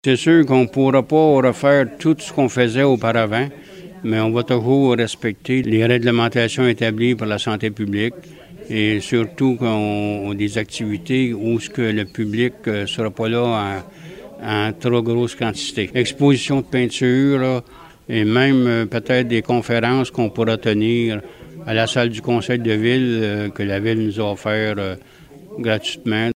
C'est sûr qu'on ne pourra pas refaire tout ce qu'on faisait auparavant, mais on va toujours respecter les réglementations établies par la santé publique et surtout qu'on a des activités où ce que le public ne sera pas là en trop grosse quantité. Exposition de peinture là, et même peut-être des conférences qu'on pourra tenir à la salle du conseil de ville que la ville nous a offert gratuitement.